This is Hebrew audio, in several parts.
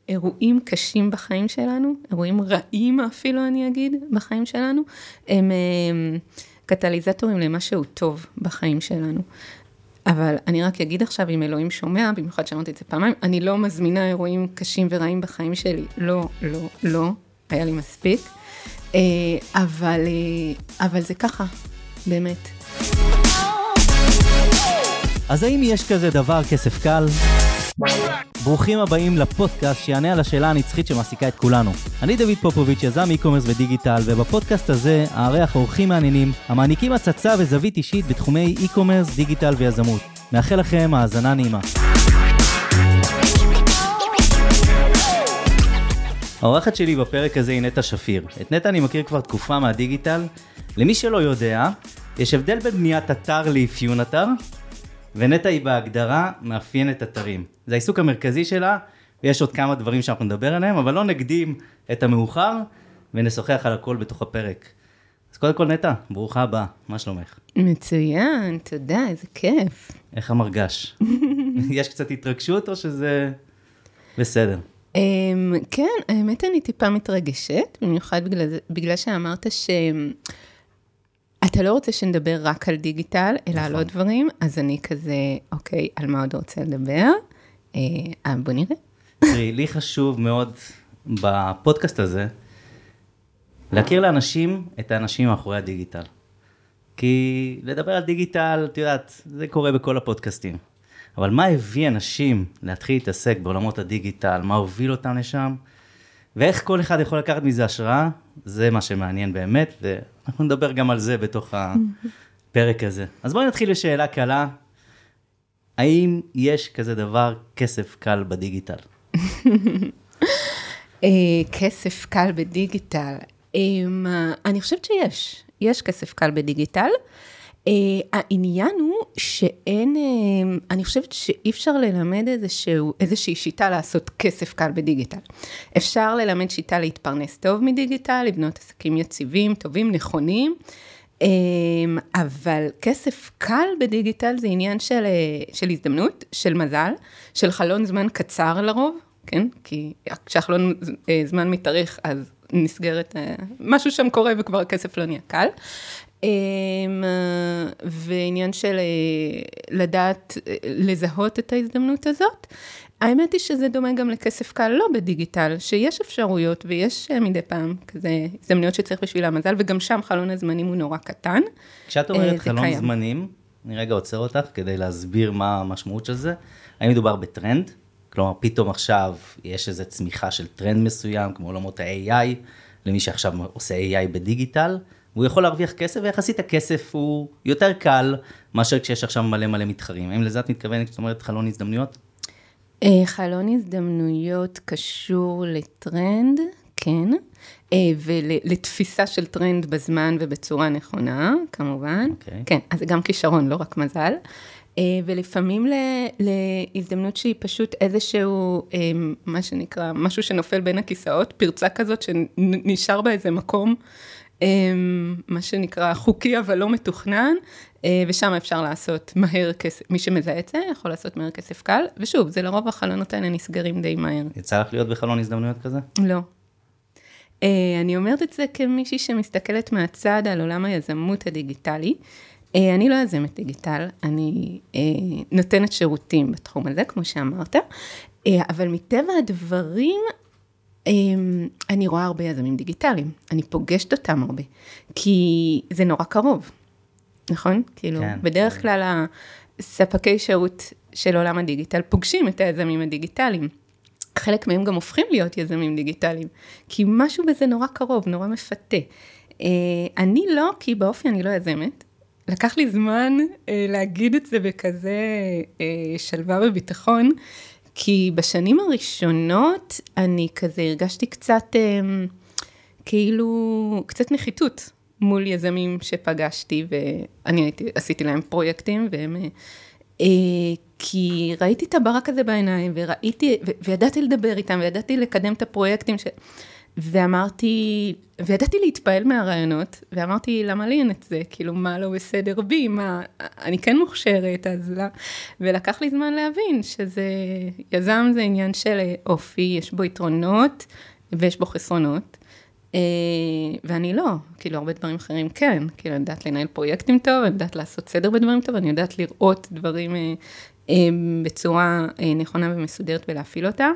אירועים קשים בחיים שלנו, אירועים רעים אפילו אני אגיד, בחיים שלנו, הם קטליזטורים למשהו טוב בחיים שלנו. אבל אני רק אגיד עכשיו, אם אלוהים שומע, במיוחד שאמרתי את זה פעמיים, אני לא מזמינה אירועים קשים ורעים בחיים שלי. לא, לא, לא, היה לי מספיק. אבל זה ככה, באמת. אז האם יש כזה דבר כסף קל? ברוכים הבאים לפודקאסט שיענה על השאלה הנצחית שמעסיקה את כולנו. אני דוד פופוביץ', יזם אי-קומרס ודיגיטל, ובפודקאסט הזה הארח אורחים מעניינים המעניקים הצצה וזווית אישית בתחומי אי-קומרס, דיגיטל ויזמות. מאחל לכם האזנה נעימה. האורחת שלי בפרק הזה היא נטע שפיר. את נטע אני מכיר כבר תקופה מהדיגיטל. למי שלא יודע, יש הבדל בין בניית אתר לאפיון אתר, ונטע היא בהגדרה מאפיינת אתרים. זה העיסוק המרכזי שלה, ויש עוד כמה דברים שאנחנו נדבר עליהם, אבל לא נקדים את המאוחר, ונשוחח על הכל בתוך הפרק. אז קודם כל נטע, ברוכה הבאה, מה שלומך? מצוין, תודה, איזה כיף. איך המרגש? יש קצת התרגשות או שזה בסדר? כן, האמת אני טיפה מתרגשת, במיוחד בגלל שאמרת אתה לא רוצה שנדבר רק על דיגיטל, אלא על עוד דברים, אז אני כזה, אוקיי, על מה עוד רוצה לדבר? בוא נראה. תראי, לי חשוב מאוד בפודקאסט הזה, להכיר לאנשים את האנשים מאחורי הדיגיטל. כי לדבר על דיגיטל, את יודעת, זה קורה בכל הפודקאסטים. אבל מה הביא אנשים להתחיל להתעסק בעולמות הדיגיטל, מה הוביל אותם לשם, ואיך כל אחד יכול לקחת מזה השראה, זה מה שמעניין באמת, ואנחנו נדבר גם על זה בתוך הפרק הזה. אז בואו נתחיל לשאלה קלה, האם יש כזה דבר כסף קל בדיגיטל? כסף קל בדיגיטל, אני חושבת יש כסף קל בדיגיטל, העניין הוא שאין, אני חושבת שאי אפשר ללמד איזושהי שיטה לעשות כסף קל בדיגיטל. אפשר ללמד שיטה להתפרנס טוב מדיגיטל, לבנות עסקים יציבים, טובים, נכונים, אבל כסף קל בדיגיטל זה עניין של הזדמנות, של מזל, של חלון זמן קצר לרוב, כן? כי כשהחלון זמן מתאריך, אז נסגרת, משהו שם קורה וכבר הכסף לא נהיה קל. ועניין של לדעת, לזהות את ההזדמנות הזאת. האמת היא שזה דומה גם לכסף קל, לא בדיגיטל, שיש אפשרויות ויש מדי פעם כזה הזדמנויות שצריך בשביל המזל, וגם שם חלון הזמנים הוא נורא קטן. כשאת אומרת חלון זמנים, אני רגע עוצר אותך כדי להסביר מה המשמעות של זה. האם מדובר בטרנד? כלומר, פתאום עכשיו יש איזו צמיחה של טרנד מסוים, כמו עולמות ה-AI, למי שעכשיו עושה AI בדיגיטל, הוא יכול להרוויח כסף, ויחסית הכסף הוא יותר קל, מאשר כשיש עכשיו מלא מתחרים. האם לזה את מתכוונת, זאת אומרת, חלון הזדמנויות? חלון הזדמנויות קשור לטרנד, כן, ולתפיסה של טרנד בזמן ובצורה נכונה, כמובן. כן, אז זה גם כישרון, לא רק מזל. ולפעמים להזדמנות שהיא פשוט איזשהו, מה שנקרא, משהו שנופל בין הכיסאות, פרצה כזאת שנשאר באיזה מקום, מה שנקרא חוקי אבל לא מתוכנן, ושם אפשר לעשות מהר כסף, מי שמזהה את זה יכול לעשות מהר כסף קל, ושוב, זה לרוב החלונות האלה נסגרים די מהר. יצא לך להיות בחלון הזדמנויות כזה? לא. אני אומרת את זה כמישהי שמסתכלת מהצד על עולם היזמות הדיגיטלי, אני לא יזמת דיגיטל, אני נותנת שירותים בתחום הזה, כמו שאמרת, אבל מטבע הדברים, אני רואה הרבה יזמים דיגיטליים, אני פוגשת אותם הרבה, כי זה נורא קרוב, נכון? כאילו, בדרך כלל הספקי שירות של עולם הדיגיטל פוגשים את היזמים הדיגיטליים, חלק מהם גם הופכים להיות יזמים דיגיטליים, כי משהו בזה נורא קרוב, נורא מפתה. אני לא, כי באופי אני לא יזמת, לקח לי זמן להגיד את זה בכזה שלווה וביטחון, כי בשנים הראשונות אני כזה הרגשתי קצת, כאילו, קצת נחיתות מול יזמים שפגשתי, ואני עשיתי להם פרויקטים, והם, כי ראיתי את הברק הזה בעיניים, וידעתי לדבר איתם, וידעתי לקדם את הפרויקטים, ואמרתי, וידעתי להתפעל מהרעיונות, ואמרתי, למה לי אין את זה? כאילו, מה לא בסדר בי? מה, אני כן מוכשרת, אז לא. ולקח לי זמן להבין שזה, יזם זה עניין של אופי, יש בו יתרונות, ויש בו חסרונות. ואני לא, כאילו, הרבה דברים אחרים כן, כאילו, אני יודעת לנהל פרויקטים טוב, אני יודעת לעשות סדר בדברים טוב, אני יודעת לראות דברים בצורה נכונה ומסודרת ולהפעיל אותם.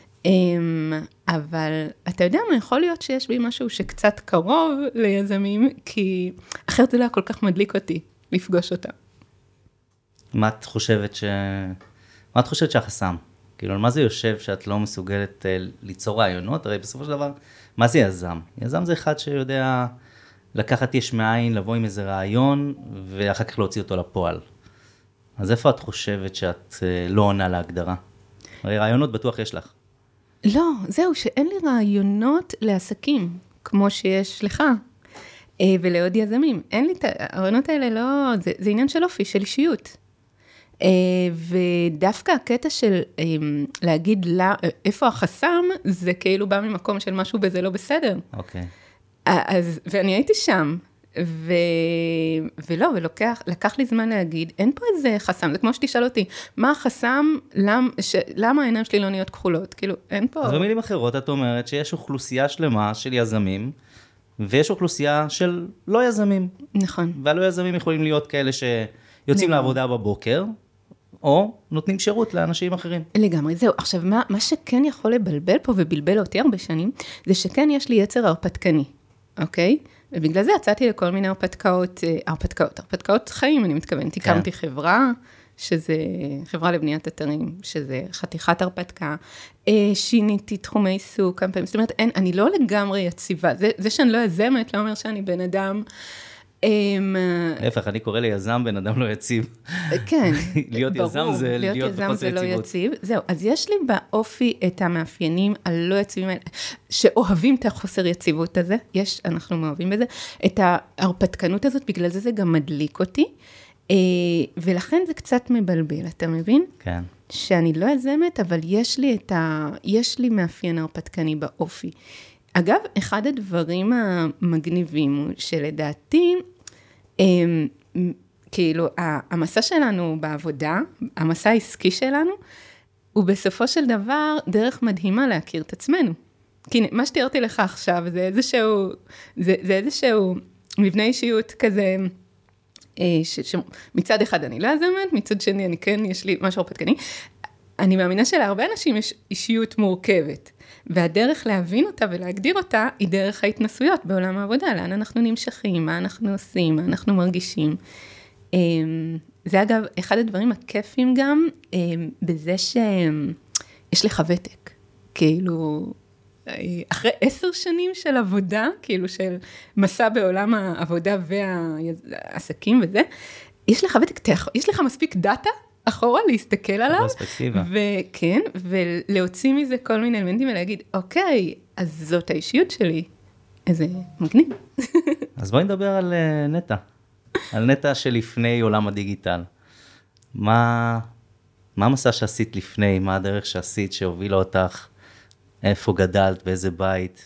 אבל אתה יודע מה, יכול להיות שיש בי משהו שקצת קרוב ליזמים, כי אחרת זה לא היה כל כך מדליק אותי לפגוש אותם. מה את חושבת שהחסם? כאילו, על מה זה יושב שאת לא מסוגלת ליצור רעיונות? הרי בסופו של דבר, מה זה יזם? יזם זה אחד שיודע לקחת יש מאין, לבוא עם איזה רעיון, ואחר כך להוציא אותו לפועל. אז איפה את חושבת שאת לא עונה להגדרה? הרי רעיונות בטוח יש לך. לא, זהו, שאין לי רעיונות לעסקים, כמו שיש לך, ולעוד יזמים. אין לי, הרעיונות האלה לא, זה עניין של אופי, של אישיות. ודווקא הקטע של להגיד איפה החסם, זה כאילו בא ממקום של משהו בזה לא בסדר. אוקיי. אז, ואני הייתי שם, ולא, לקח לי זמן להגיד, אין פה איזה חסם, זה כמו שתשאל אותי, מה החסם, למה העיניים שלי לא נהיות כחולות? כאילו, אין פה... אז במילים אחרות, את אומרת שיש אוכלוסייה שלמה של יזמים, ויש אוכלוסייה של לא יזמים. נכון. והלא יזמים יכולים להיות כאלה שיוצאים לעבודה בבוקר, או נותנים שירות לאנשים אחרים. לגמרי, זהו. עכשיו, מה שכן יכול לבלבל פה, ובלבל אותי הרבה שנים, זה שכן יש לי יצר הרפתקני, אוקיי? ובגלל זה יצאתי לכל מיני הרפתקאות חיים, אני מתכוונת. הקמתי חברה, שזה חברה לבניית אתרים, שזה חתיכת הרפתקה, שיניתי תחומי עיסוק, כמה פעמים, זאת אומרת, אני לא לגמרי יציבה, זה שאני לא יזמת, לא אומר שאני בן אדם, להפך, אני קורא ליזם בן אדם לא יציב. כן, להיות יזם זה להיות בחוסר יציבות. זהו, אז יש לי באופי את המאפיינים הלא יציבים האלה, שאוהבים את החוסר יציבות הזה, אנחנו מאוהבים בזה, את ההרפתקנות הזאת, בגלל זה גם מדליק אותי, ולכן זה קצת מבלבל, אתה מבין? כן. שאני לא יזמת, אבל יש לי מאפיין הרפתקני באופי. אגב, אחד הדברים המגניבים הוא שלדעתי, כאילו, המסע שלנו בעבודה, המסע העסקי שלנו, הוא בסופו של דבר דרך מדהימה להכיר את עצמנו. כי מה שתיארתי לך עכשיו, זה איזשהו מבנה אישיות כזה, שמצד אחד אני לא יזמת, מצד שני אני כן, יש לי משהו הרפתקני. אני מאמינה שלהרבה אנשים יש אישיות מורכבת. והדרך להבין אותה ולהגדיר אותה, היא דרך ההתנסויות בעולם העבודה, לאן אנחנו נמשכים, מה אנחנו עושים, מה אנחנו מרגישים. זה אגב, אחד הדברים הכיפים גם, בזה שיש לך ותק, כאילו, אחרי 10 שנים של עבודה, כאילו של מסע בעולם העבודה והעסקים וזה, יש לך ותק, יש לך מספיק דאטה, אחורה להסתכל עליו, וכן, ולהוציא מזה כל מיני אלמנטים, ולהגיד, אוקיי, אז זאת האישיות שלי, איזה מגניב. אז בואי נדבר על נטע, על נטע שלפני עולם הדיגיטל. מה המסע שעשית לפני, מה הדרך שעשית שהובילה אותך, איפה גדלת, באיזה בית?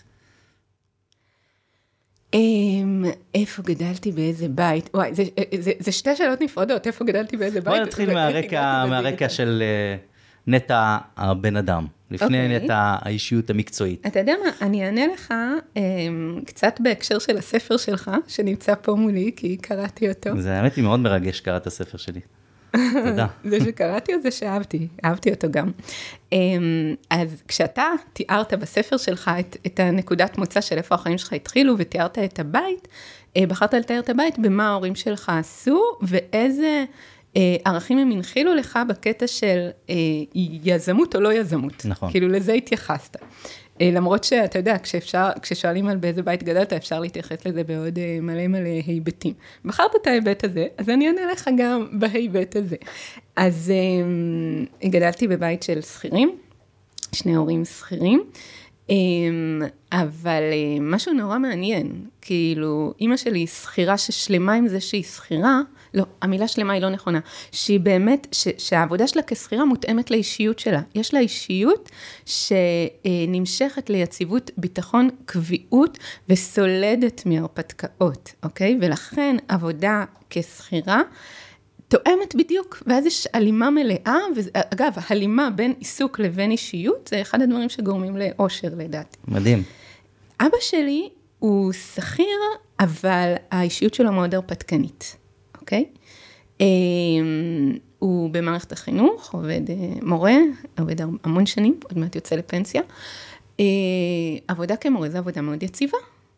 איפה גדלתי באיזה בית? וואי, זה שתי שאלות נפרדות, איפה גדלתי באיזה בית? בואי נתחיל מהרקע של נטע הבן אדם, לפני נטע האישיות המקצועית. אתה יודע מה, אני אענה לך קצת בהקשר של הספר שלך, שנמצא פה מולי, כי קראתי אותו. זה האמת היא מאוד מרגש, קראת את הספר שלי. תודה. זה שקראתי או זה שאהבתי? אהבתי אותו גם. אז כשאתה תיארת בספר שלך את הנקודת מוצא של איפה החיים שלך התחילו, ותיארת את הבית, בחרת לתאר את הבית במה ההורים שלך עשו, ואיזה ערכים הם הנחילו לך בקטע של יזמות או לא יזמות. נכון. כאילו לזה התייחסת. למרות שאתה יודע, כששואלים על באיזה בית גדלת, אפשר להתייחס לזה בעוד מלא היבטים. בחרת את ההיבט הזה, אז אני אענה לך גם בהיבט הזה. אז גדלתי בבית של שכירים, 2 הורים שכירים, אבל משהו נורא מעניין, כאילו, אמא שלי היא שכירה ששלמה עם זה שהיא שכירה, לא, המילה שלמה היא לא נכונה, שהיא באמת, שהעבודה שלה כשכירה מותאמת לאישיות שלה. יש לה אישיות שנמשכת ליציבות, ביטחון, קביעות וסולדת מהרפתקאות, אוקיי? ולכן עבודה כשכירה, תואמת בדיוק, ואז יש הלימה מלאה, ואגב, הלימה בין עיסוק לבין אישיות, זה אחד הדברים שגורמים לאושר לדעתי. מדהים. אבא שלי הוא שכיר, אבל האישיות שלו מאוד הרפתקנית, אוקיי? הוא במערכת החינוך, עובד מורה, עובד המון שנים, עוד מעט יוצא לפנסיה. עבודה כמורה, זו עבודה מאוד יציבה.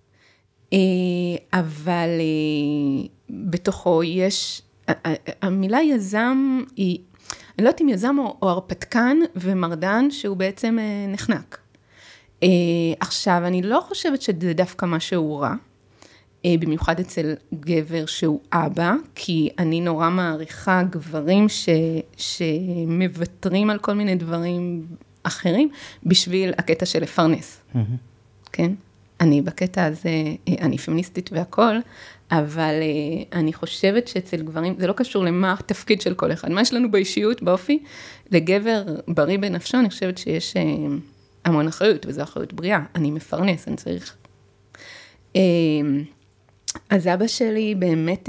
אבל בתוכו יש... המילה יזם היא, אני לא יודעת אם יזם או הרפתקן ומרדן שהוא בעצם נחנק. עכשיו, אני לא חושבת שזה דווקא משהו רע, במיוחד אצל גבר שהוא אבא, כי אני נורא מעריכה גברים שמוותרים על כל מיני דברים אחרים, בשביל הקטע של לפרנס. כן? אני בקטע הזה, אני פמיניסטית והכל, אבל אני חושבת שאצל גברים, זה לא קשור למה התפקיד של כל אחד. מה יש לנו באישיות, באופי? לגבר בריא בנפשו, אני חושבת שיש המון אחריות, וזו אחריות בריאה. אני מפרנס, אני צריך. אז אבא שלי באמת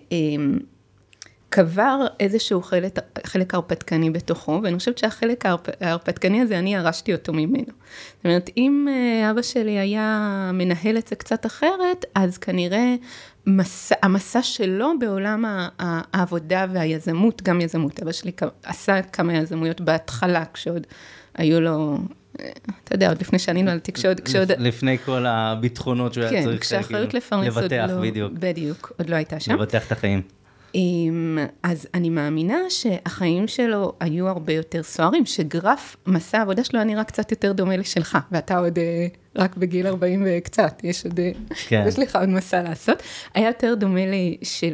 קבר איזשהו חלק הרפתקני בתוכו, ואני חושבת שהחלק ההרפתקני הזה, אני ירשתי אותו ממנו. זאת אומרת, אם אבא שלי היה מנהל את זה קצת אחרת, אז כנראה המסע שלו בעולם העבודה והיזמות, גם יזמות, אבא שלי עשה כמה יזמויות בהתחלה, כשעוד היו לו... אתה יודע, עוד לפני שאני נולדתי, כשעוד... לפני כל הביטחונות שהוא היה צריך כשהאחריות לפרנס עוד לבטח, לא... בדיוק. בדיוק, עוד לא הייתה שם. לבטח את החיים. אז אני מאמינה שהחיים שלו היו הרבה יותר סוערים, שגרף מסע העבודה שלו היה נראה קצת יותר דומה לשלך, ואתה עוד רק בגיל 40 וקצת, יש לך עוד מסע לעשות, היה יותר דומה לשלו.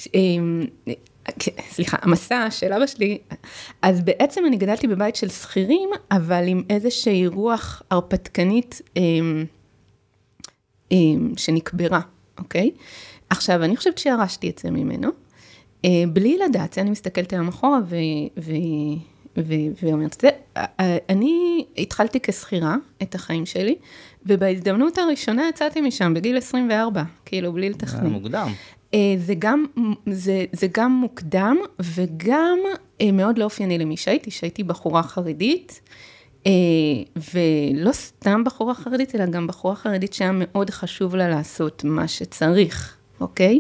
סליחה, המסע של אבא שלי, אז בעצם אני גדלתי בבית של שכירים, אבל עם איזושהי רוח הרפתקנית שנקברה, אוקיי? עכשיו, אני חושבת שירשתי את זה ממנו, בלי לדעת, אני מסתכלת היום אחורה ואומרת, אני התחלתי כשכירה את החיים שלי, ובהזדמנות הראשונה יצאתי משם בגיל 24, כאילו בלי לתכנן. מוקדם. זה גם מוקדם, וגם מאוד לא אופייני למי שהייתי בחורה חרדית, ולא סתם בחורה חרדית, אלא גם בחורה חרדית שהיה מאוד חשוב לה לעשות מה שצריך, אוקיי?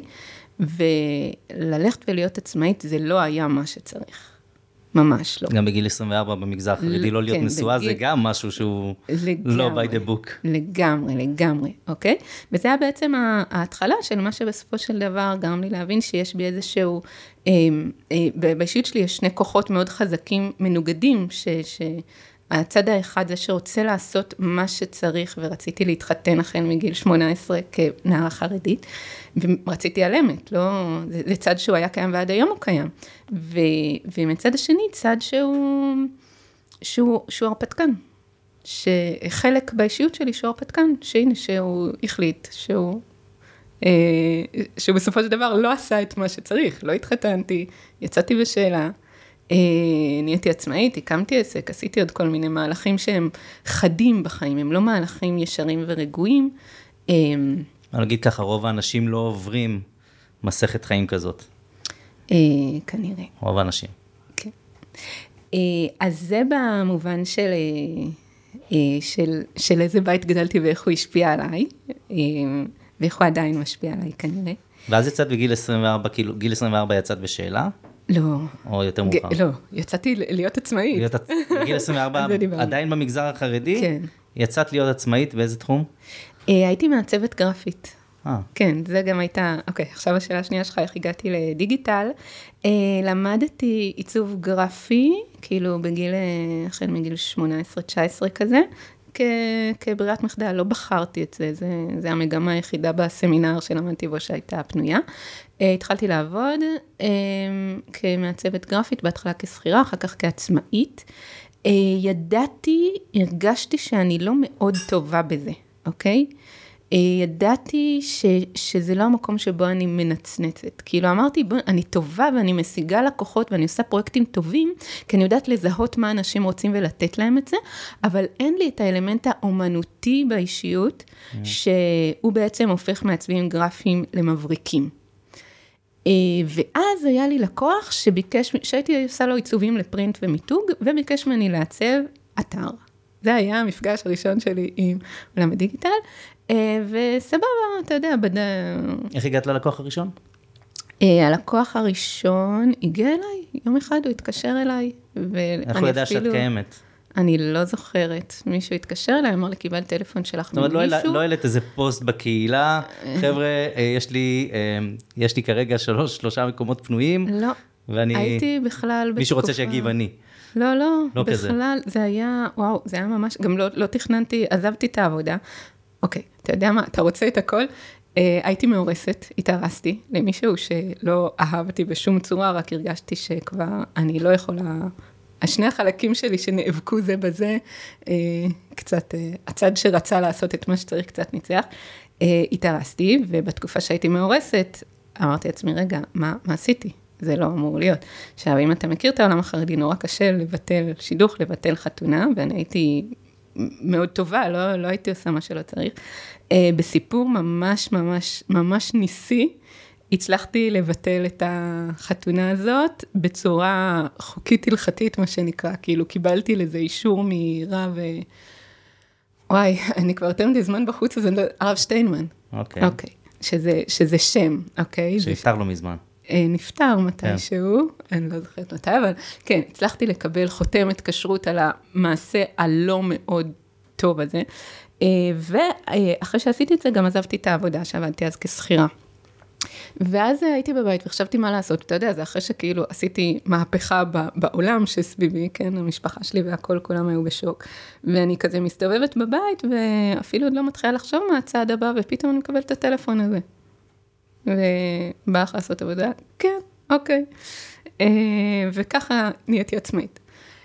וללכת ולהיות עצמאית זה לא היה מה שצריך. ממש לא. גם בגיל 24 במגזר החרדי לא להיות נשואה, זה גם משהו שהוא לא by the book. לגמרי, אוקיי? וזה היה בעצם ההתחלה של מה שבסופו של דבר גרם לי להבין שיש בי איזשהו, באישיות שלי יש שני כוחות מאוד חזקים, מנוגדים, הצד האחד זה שרוצה לעשות מה שצריך, ורציתי להתחתן החל מגיל 18 כנערה חרדית, ורציתי על-אמת, לא, זה צד שהוא היה קיים ועד היום הוא קיים. ומצד השני, צד שהוא הרפתקן, שחלק באישיות שלי שהוא הרפתקן, שהנה שהוא החליט, שהוא בסופו של דבר לא עשה את מה שצריך, לא התחתנתי, יצאתי בשאלה, נהייתי עצמאית, הקמתי עסק, עשיתי עוד כל מיני מהלכים שהם חדים בחיים, הם לא מהלכים ישרים ורגועים. אני אגיד ככה, רוב האנשים לא עוברים מסכת חיים כזאת. כנראה. רוב האנשים. כן. אז זה במובן של איזה בית גדלתי ואיך הוא השפיע עליי, ואיך הוא עדיין משפיע עליי כנראה. ואז יצאת בגיל 24, כאילו גיל 24 יצאת בשאלה? לא. או יותר מאוחר? לא, יצאתי להיות עצמאית. בגיל 24, עדיין במגזר החרדי? כן. יצאת להיות עצמאית באיזה תחום? הייתי מעצבת גרפית. כן, זה גם הייתה, אוקיי, עכשיו השאלה השנייה שלך, איך הגעתי לדיגיטל. למדתי עיצוב גרפי, כאילו החל מגיל 18-19 כזה, כברירת מחדל, לא בחרתי את זה, זה המגמה היחידה בסמינר שלמדתי בו שהייתה פנויה. התחלתי לעבוד כמעצבת גרפית, בהתחלה כשכירה, אחר כך כעצמאית, ידעתי, הרגשתי שאני לא מאוד טובה בזה, אוקיי? ידעתי שזה לא המקום שבו אני מנצנצת. כאילו אמרתי, אני טובה ואני משיגה לקוחות ואני עושה פרויקטים טובים, כי אני יודעת לזהות מה אנשים רוצים ולתת להם את זה, אבל אין לי את האלמנט האומנותי באישיות, שהוא בעצם הופך מעצבים גרפיים למבריקים. ואז היה לי לקוח שביקש, שהייתי עושה לו עיצובים לפרינט ומיתוג, וביקש ממני לעצב אתר. זה היה המפגש הראשון שלי עם עולם הדיגיטל, וסבבה, אתה יודע, איך הגעת ללקוח הראשון? הלקוח הראשון הגיע אליי, יום אחד הוא התקשר אליי, איך הוא ידע שאת קיימת? אני לא זוכרת, מישהו התקשר אליי, אמר לי, קיבל טלפון שלך ממישהו. זאת אומרת, לא העלית איזה פוסט בקהילה, חבר'ה, יש לי כרגע 3 מקומות פנויים, לא, הייתי בכלל בתקופה. מישהו רוצה שיגיב אני. לא, בכלל, זה היה, וואו, זה היה ממש, גם לא תכננתי, עזבתי את העבודה. אוקיי, אתה יודע מה, אתה רוצה את הכל? הייתי מאורסת, התארסתי למישהו שלא אהבתי בשום צורה, רק הרגשתי שכבר אני לא יכולה, השני החלקים שלי שנאבקו זה בזה, קצת, הצד שרצה לעשות את מה שצריך קצת ניצח, התארסתי, ובתקופה שהייתי מאורסת, אמרתי לעצמי, רגע, מה עשיתי? זה לא אמור להיות. עכשיו, אם אתה מכיר את העולם החרדי, נורא קשה לבטל שידוך, לבטל חתונה, ואני הייתי מאוד טובה, לא הייתי עושה מה שלא צריך. בסיפור ממש ניסי, הצלחתי לבטל את החתונה הזאת, בצורה חוקית הלכתית, מה שנקרא, כאילו קיבלתי לזה אישור מרב, וואי, אני כבר אתם לי זמן בחוץ, אז הרב שטיינמן. אוקיי. שזה שם, אוקיי? שנפטר לו מזמן. נפטר מתישהו, אני לא זוכרת מתי, אבל כן, הצלחתי לקבל חותמת כשרות על המעשה הלא מאוד טוב הזה, ואחרי שעשיתי את זה, גם עזבתי את העבודה, שעבדתי אז כשכירה. ואז הייתי בבית וחשבתי מה לעשות, אתה יודע, זה אחרי שכאילו עשיתי מהפכה בעולם שסביבי, כן, המשפחה שלי והכל, כולם היו בשוק, ואני כזה מסתובבת בבית, ואפילו עוד לא מתחילה לחשוב מה הצעד הבא, ופתאום אני מקבלת את הטלפון הזה. ובא לך לעשות עבודה? כן, אוקיי. וככה נהייתי עצמאית.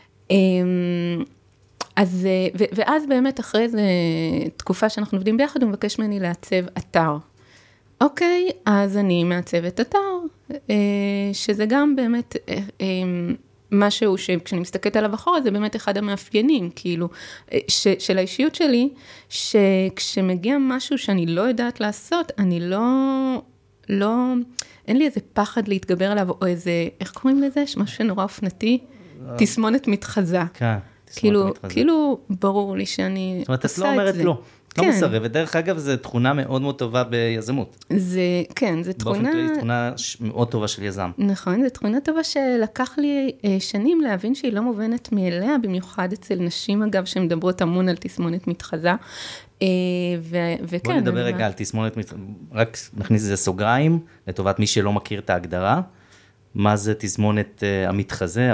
ואז באמת אחרי איזו תקופה שאנחנו עובדים ביחד, הוא מבקש ממני לעצב אתר. אוקיי, אז אני מעצבת אתר, שזה גם באמת משהו שכשאני מסתכלת עליו אחורה, זה באמת אחד המאפיינים, כאילו, של האישיות שלי, שכשמגיע משהו שאני לא יודעת לעשות, אני אין לי איזה פחד להתגבר עליו, או איזה, איך קוראים לזה? משהו שנורא אופנתי, תסמונת מתחזה. כן, תסמונת מתחזה. כאילו, ברור לי שאני עושה את זה. זאת אומרת, את לא אומרת לא. לא מסרבת, דרך אגב, זו תכונה מאוד מאוד טובה ביזמות. כן, זו תכונה... באופן כללי, תכונה מאוד טובה של יזם. נכון, זו תכונה טובה שלקח לי שנים להבין שהיא לא מובנת מאליה, במיוחד אצל נשים, אגב, שמדברות המון על תסמונת מתחזה. וכן... בוא נדבר רגע על תסמונת מתחזה, רק נכניס איזה סוגריים, לטובת מי שלא מכיר את ההגדרה. מה זה תסמונת המתחזה?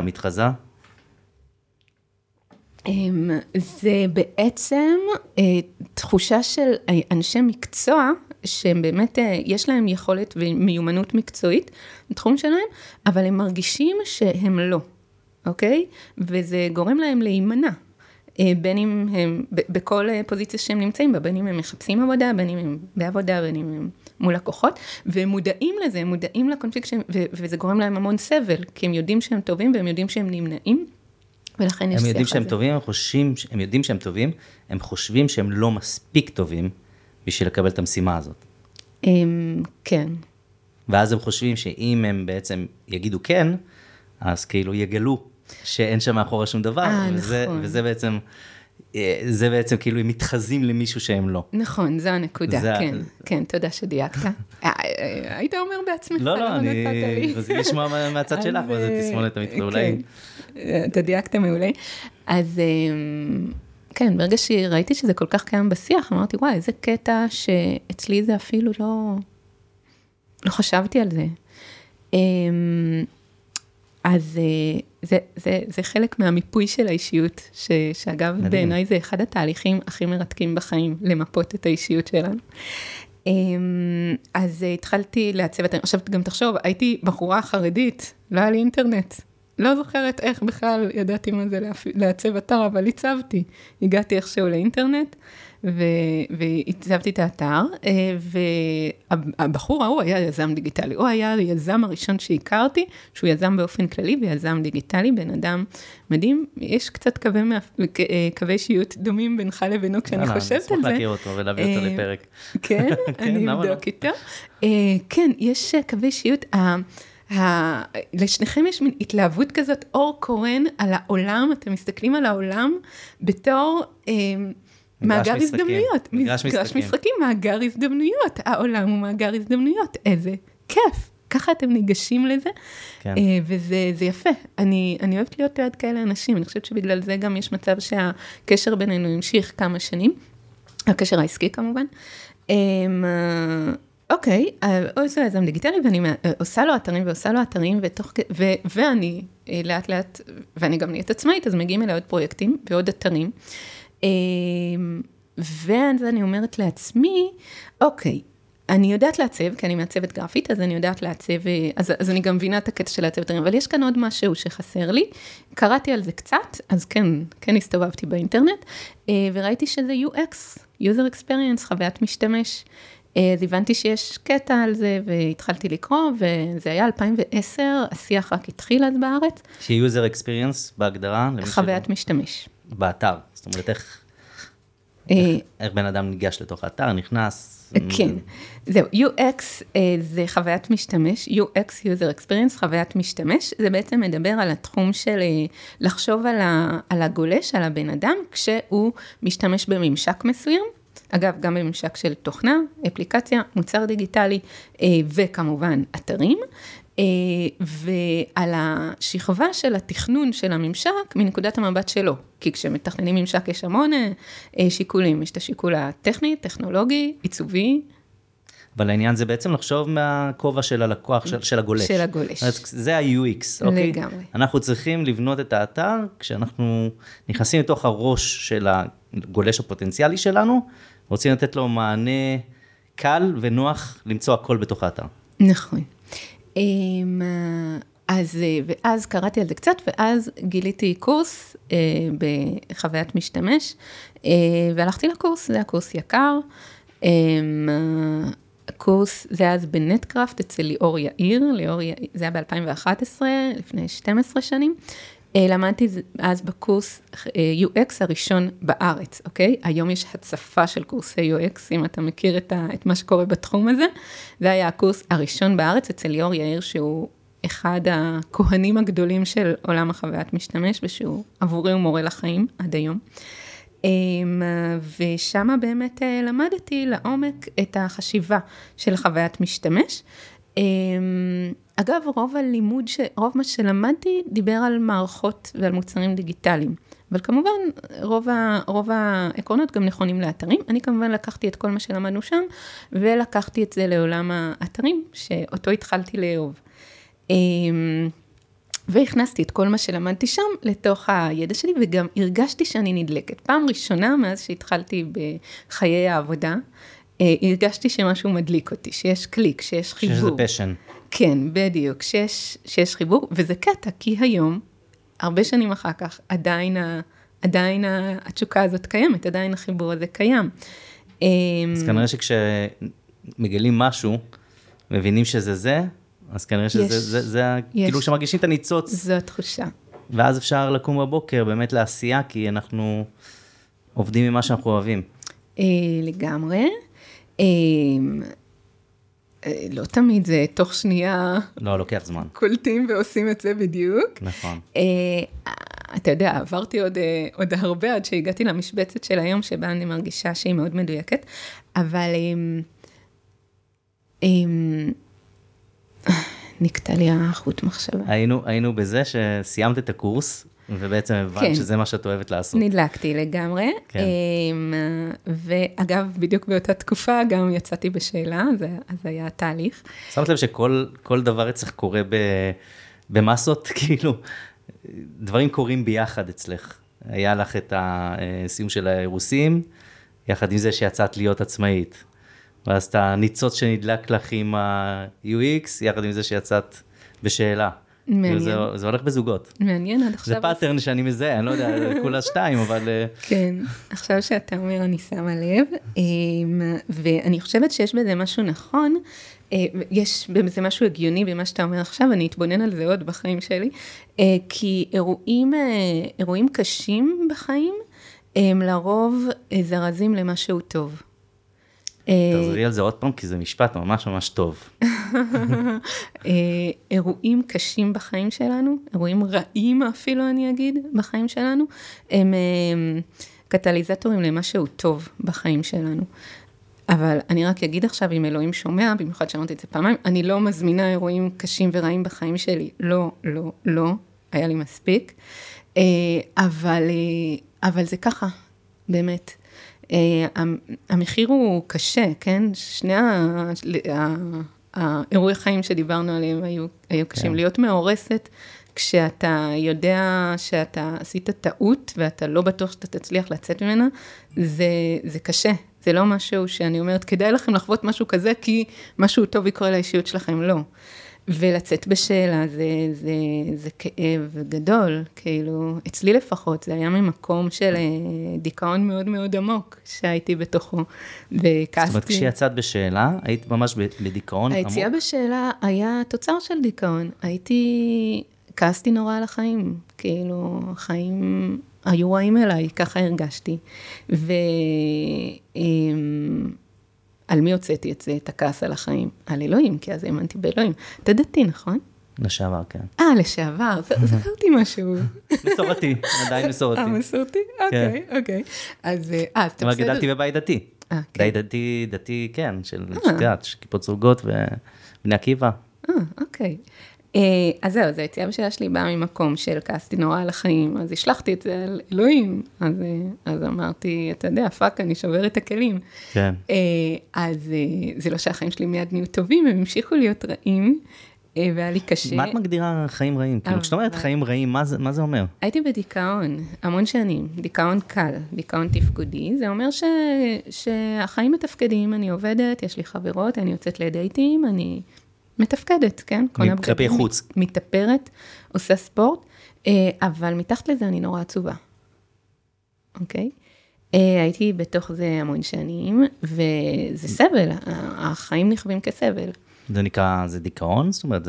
זה בעצם תחושה של אנשי מקצוע, שהם באמת, יש להם יכולת ומיומנות מקצועית בתחום שלהם, אבל הם מרגישים שהם לא, אוקיי? וזה גורם להם להימנע, בין אם הם, בכל פוזיציה שהם נמצאים בה, בין אם הם מחפשים עבודה, בין אם הם בעבודה, בין אם הם מול לקוחות, והם מודעים לזה, הם מודעים לקונפליקט, וזה גורם להם המון סבל, כי הם יודעים שהם טובים, והם יודעים שהם נמנעים, ולכן יש הם יודעים שהם טובים, הם יודעים שהם טובים, הם חושבים שהם לא מספיק טובים בשביל לקבל את המשימה הזאת. כן. ואז הם חושבים שאם הם בעצם יגידו כן, אז כאילו יגלו שאין שם מאחורה שום דבר, וזה בעצם כאילו הם מתחזים למישהו שהם לא. נכון, זו הנקודה, כן, תודה שדייקת. היית אומר בעצמך, לא, אני רציתי לשמוע מהצד שלך, מה זה תסמונת המתחזה, אולי. אתה דייקת מעולה. אז כן, ברגע שראיתי שזה כל כך קיים בשיח, אמרתי, וואי, איזה קטע שאצלי זה אפילו לא חשבתי על זה. אז זה חלק מהמיפוי של האישיות, שאגב בעיניי זה אחד התהליכים הכי מרתקים בחיים, למפות את האישיות שלנו. אז התחלתי לעצב, עכשיו גם תחשוב, הייתי בחורה חרדית, לא היה לי אינטרנט, לא זוכרת איך בכלל ידעתי מה זה לעצב אתר, אבל הצבתי. הגעתי איכשהו לאינטרנט, והצבתי את האתר, והבחור ההוא היה יזם דיגיטלי. הוא היה היזם הראשון שהכרתי, שהוא יזם באופן כללי, ויזם דיגיטלי, בן אדם מדהים. יש קצת קווי אישיות דומים בינך לבינו, כשאני חושבת על זה. אשמח להכיר אותו ולהביא אותו לפרק. כן, אני אבדוק איתו. כן, יש קווי אישיות, לשניכם יש מין התלהבות כזאת, אור קורן על העולם, אתם מסתכלים על העולם בתור מאגר הזדמנויות. מגרש משחקים, מאגר הזדמנויות. העולם הוא מאגר הזדמנויות. איזה כיף. ככה אתם ניגשים לזה, כן. וזה יפה. אני אוהבת להיות ליד כאלה אנשים, אני חושבת שבגלל זה גם יש מצב שהקשר בינינו ימשיך כמה שנים, הקשר העסקי כמובן. אוקיי, הוא עושה יזם דיגיטלי, ואני עושה לו אתרים, ואני לאט לאט, ואני גם נהיית עצמאית, אז מגיעים אליי עוד פרויקטים ועוד אתרים, ואז אני אומרת לעצמי, אוקיי, אני יודעת לעצב, כי אני מעצבת גרפית, אז אני יודעת לעצב, אז אני גם מבינה את הקטע של לעצב אתרים, אבל יש כאן עוד משהו שחסר לי, קראתי על זה קצת, אז כן הסתובבתי באינטרנט, וראיתי שזה UX, User Experience, חוויית משתמש, אז הבנתי שיש קטע על זה, והתחלתי לקרוא, וזה היה 2010, השיח רק התחיל אז בארץ. ש-User Experience בהגדרה? חוויית משתמש. באתר, זאת אומרת, איך בן אדם ניגש לתוך האתר, נכנס? כן, זהו, UX זה חוויית משתמש, UX, User Experience, חוויית משתמש, זה בעצם מדבר על התחום של לחשוב על הגולש, על הבן אדם, כשהוא משתמש בממשק מסוים, אגב, גם בממשק של תוכנה, אפליקציה, מוצר דיגיטלי, וכמובן אתרים, ועל השכבה של התכנון של הממשק מנקודת המבט שלו, כי כשמתכננים ממשק יש המון שיקולים, יש את השיקול הטכני, טכנולוגי, עיצובי. אבל העניין זה בעצם לחשוב מהכובע של הלקוח, של הגולש. של הגולש. זה ה-UX, אוקיי? לגמרי. אנחנו צריכים לבנות את האתר, כשאנחנו נכנסים לתוך הראש של הגולש הפוטנציאלי שלנו, רוצים לתת לו מענה קל ונוח למצוא הכל בתוך האתר. נכון. ואז קראתי על זה קצת, ואז גיליתי קורס בחוויית משתמש, והלכתי לקורס, זה היה קורס יקר, הקורס זה היה אז בנטקראפט אצל ליאור יאיר, זה היה ב-2011, לפני 12 שנים, למדתי אז בקורס UX הראשון בארץ, אוקיי? היום יש הצפה של קורסי UX, אם אתה מכיר את מה שקורה בתחום הזה. זה היה הקורס הראשון בארץ אצל ליאור יאיר, שהוא אחד הכהנים הגדולים של עולם החוויית משתמש, ושהוא עבורי הוא מורה לחיים עד היום. ושם באמת למדתי לעומק את החשיבה של חוויית משתמש. אגב, רוב מה שלמדתי דיבר על מערכות ועל מוצרים דיגיטליים, אבל כמובן רוב העקרונות גם נכונים לאתרים. אני כמובן לקחתי את כל מה שלמדנו שם, ולקחתי את זה לעולם האתרים, שאותו התחלתי לאהוב. והכנסתי את כל מה שלמדתי שם לתוך הידע שלי, וגם הרגשתי שאני נדלקת. פעם ראשונה מאז שהתחלתי בחיי העבודה, הרגשתי שמשהו מדליק אותי, שיש קליק, שיש חיבור. שזה פשן. כן, בדיוק, שיש חיבור, וזה קטע, כי היום, הרבה שנים אחר כך, עדיין התשוקה הזאת קיימת, עדיין החיבור הזה קיים. אז כנראה שכשמגלים משהו, מבינים שזה זה, אז כנראה שזה כאילו שמרגישים את הניצוץ. זו התחושה. ואז אפשר לקום בבוקר באמת לעשייה, כי אנחנו עובדים ממה שאנחנו אוהבים. לגמרי. לא תמיד זה תוך שנייה. לא, לוקח זמן. קולטים ועושים את זה בדיוק. נכון. אתה יודע, עברתי עוד הרבה עד שהגעתי למשבצת של היום, שבה אני מרגישה שהיא מאוד מדויקת, אבל נקטע לי החוט מחשבה. היינו בזה שסיימת את הקורס, ובעצם הבנת שזה מה שאת אוהבת לעשות. נדלקתי לגמרי. כן. ואגב, בדיוק באותה תקופה גם יצאתי בשאלה, אז היה תהליך. שמת לב שכל דבר אצלך קורה במסות, כאילו, דברים קורים ביחד אצלך. היה לך את הסיום של האירוסים, יחד עם זה שיצאת להיות עצמאית. ואז את הניצוץ שנדלק לך עם ה-UX, יחד עם זה שיצאת בשאלה. מעניין. זה הולך בזוגות. מעניין עד עכשיו. זה פאטרן שאני מזהה, אני לא יודע, כולה 2, אבל... כן, עכשיו שאתה אומר, אני שמה לב, ואני חושבת שיש בזה משהו נכון, יש בזה משהו הגיוני במה שאתה אומר עכשיו, אני אתבונן על זה עוד בחיים שלי, כי אירועים קשים בחיים, הם לרוב זרזים למשהו טוב. תחזרי על זה עוד פעם, כי זה משפט ממש ממש טוב. אירועים קשים בחיים שלנו, אירועים רעים אפילו אני אגיד, בחיים שלנו, הם קטליזטורים למשהו טוב בחיים שלנו. אבל אני רק אגיד עכשיו, אם אלוהים שומע, במיוחד שאמרתי את זה פעמיים, אני לא מזמינה אירועים קשים ורעים בחיים שלי. לא, לא, לא, היה לי מספיק. אבל זה ככה, באמת. המחיר הוא קשה, כן? שני האירועי חיים שדיברנו עליהם היו קשים. להיות מאורסת, כשאתה יודע שאתה עשית טעות, ואתה לא בטוח שאתה תצליח לצאת ממנה, זה קשה. זה לא משהו שאני אומרת, כדאי לכם לחוות משהו כזה, כי משהו טוב יקרה לאישיות שלכם, לא. ולצאת בשאלה, זה כאב גדול, כאילו, אצלי לפחות, זה היה ממקום של דיכאון מאוד מאוד עמוק, שהייתי בתוכו, וכעסתי. זאת אומרת, כשיצאת בשאלה, היית ממש בדיכאון עמוק? היציאה בשאלה היה תוצר של דיכאון, כעסתי נורא על החיים, כאילו, החיים היו רעים אליי, ככה הרגשתי, על מי הוצאתי את זה, את הכעס על החיים? על אלוהים, כי אז האמנתי באלוהים. אתה דתי, נכון? לשעבר, כן. לשעבר, זכרתי משהו. מסורתי, עדיין מסורתי. מסורתי? אוקיי. אז אתה בסדר. אבל גדלתי בבית דתי. דתי, כן, של כיפות סרוגות ובני עקיבא. אוקיי. אז זהו, אז היציאה בשאלה שלי באה ממקום של כעסתי נורא על החיים, אז השלחתי את זה על אלוהים, אז אמרתי, אתה יודע, פאק, אני שובר את הכלים. כן. אז זה לא שהחיים שלי מיד נהיו טובים, הם המשיכו להיות רעים, והיה לי קשה. מה את מגדירה חיים רעים? כאילו, כשאת אומרת חיים רעים, מה זה אומר? הייתי בדיכאון, המון שנים, דיכאון קל, דיכאון תפקודי, זה אומר שהחיים מתפקדים, אני עובדת, יש לי חברות, אני יוצאת לדייטים, אני מתפקדת, כן? כלפי חוץ. מתאפרת, עושה ספורט, אבל מתחת לזה אני נורא עצובה. אוקיי? הייתי בתוך זה המון שנים, וזה סבל, החיים נכווים כסבל. זה נקרא, זה דיכאון? זאת אומרת,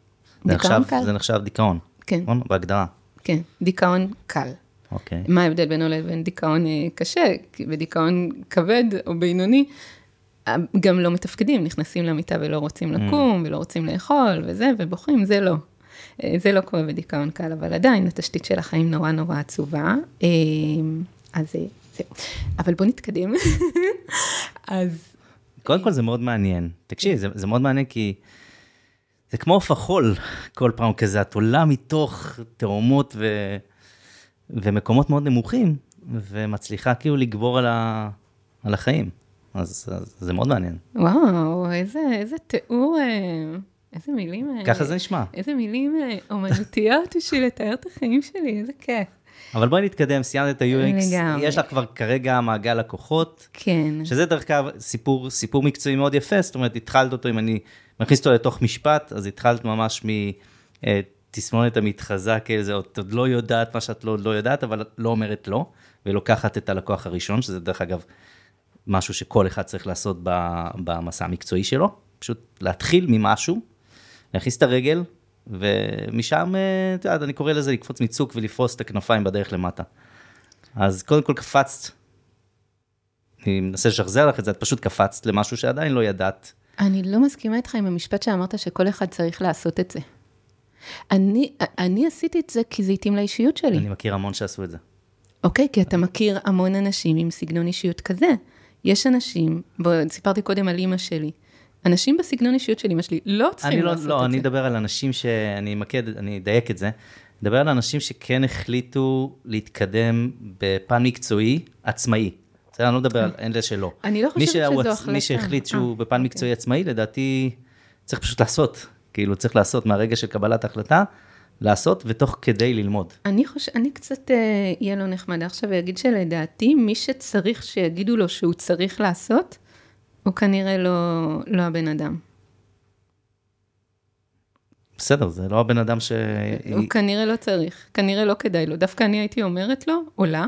זה נחשב דיכאון. כן. בהגדרה. כן, דיכאון קל. אוקיי. מה ההבדל בינו לבין דיכאון קשה? כי בדיכאון כבד או בינוני, גם לא מתפקדים, נכנסים למיטה ולא רוצים לקום, ולא רוצים לאכול, וזה, ובוחרים, זה לא. זה לא קורה בדיכאון קל, אבל עדיין, התשתית של החיים נורא נורא עצובה. אז זהו. אבל בוא נתקדם. אז... קודם כל זה מאוד מעניין. תקשיב, זה מאוד מעניין כי זה כמו עוף החול כל פעם כזה, את עולה מתוך תאומות ומקומות מאוד נמוכים, ומצליחה כאילו לגבור על החיים. אז זה מאוד מעניין. וואו, איזה תיאור, איזה מילים... ככה זה נשמע. איזה מילים אומנותיות בשביל לתאר את החיים שלי, איזה כיף. אבל בואי נתקדם, סיימת את ה-UX, יש לך כבר כרגע מעגל לקוחות. כן. שזה דרך כלל סיפור מקצועי מאוד יפה, זאת אומרת, התחלת אותו, אם אני מכניס אותו לתוך משפט, אז התחלת ממש מתסמונת המתחזה, כאיזה, עוד לא יודעת מה שאת לא יודעת, אבל לא אומרת לא, ולוקחת את הלקוח הראשון, שזה דרך אגב משהו שכל אחד צריך לעשות במסע המקצועי שלו, פשוט להתחיל ממשהו, להכניס את הרגל, ומשם, אתה יודע, אני קורא לזה לקפוץ מצוק ולפרוס את הכנפיים בדרך למטה. אז קודם כל קפצת, אני מנסה לשחזר לך את זה, את פשוט קפצת למשהו שעדיין לא ידעת. אני לא מסכימה איתך עם המשפט שאמרת שכל אחד צריך לעשות את זה. אני עשיתי את זה כי זה התאים לאישיות שלי. אני מכיר המון שעשו את זה. אוקיי, כי אתה מכיר המון אנשים עם סגנון אישיות כזה. יש אנשים, סיפרתי קודם על אמא שלי, אנשים בסגנון אישיות של אמא שלי לא צריכים לעשות את זה. לא, אני אדבר על אנשים אני אדייק את זה, אדבר על אנשים שכן החליטו להתקדם בפן מקצועי עצמאי. אני לא מדבר על אלה שלא. אני לא חושבת שזו החלטה. מי שהחליט שהוא בפן מקצועי עצמאי, לדעתי צריך פשוט לעשות. כאילו צריך לעשות מהרגע של קבלת ההחלטה, לעשות ותוך כדי ללמוד. אני קצת יהיה לו נחמד עכשיו ויגיד שלדעתי, מי שצריך שיגידו לו שהוא צריך לעשות, הוא כנראה לא הבן אדם. בסדר, זה לא הבן אדם הוא כנראה לא צריך, כנראה לא כדאי לו. דווקא אני הייתי אומרת לו, עולה,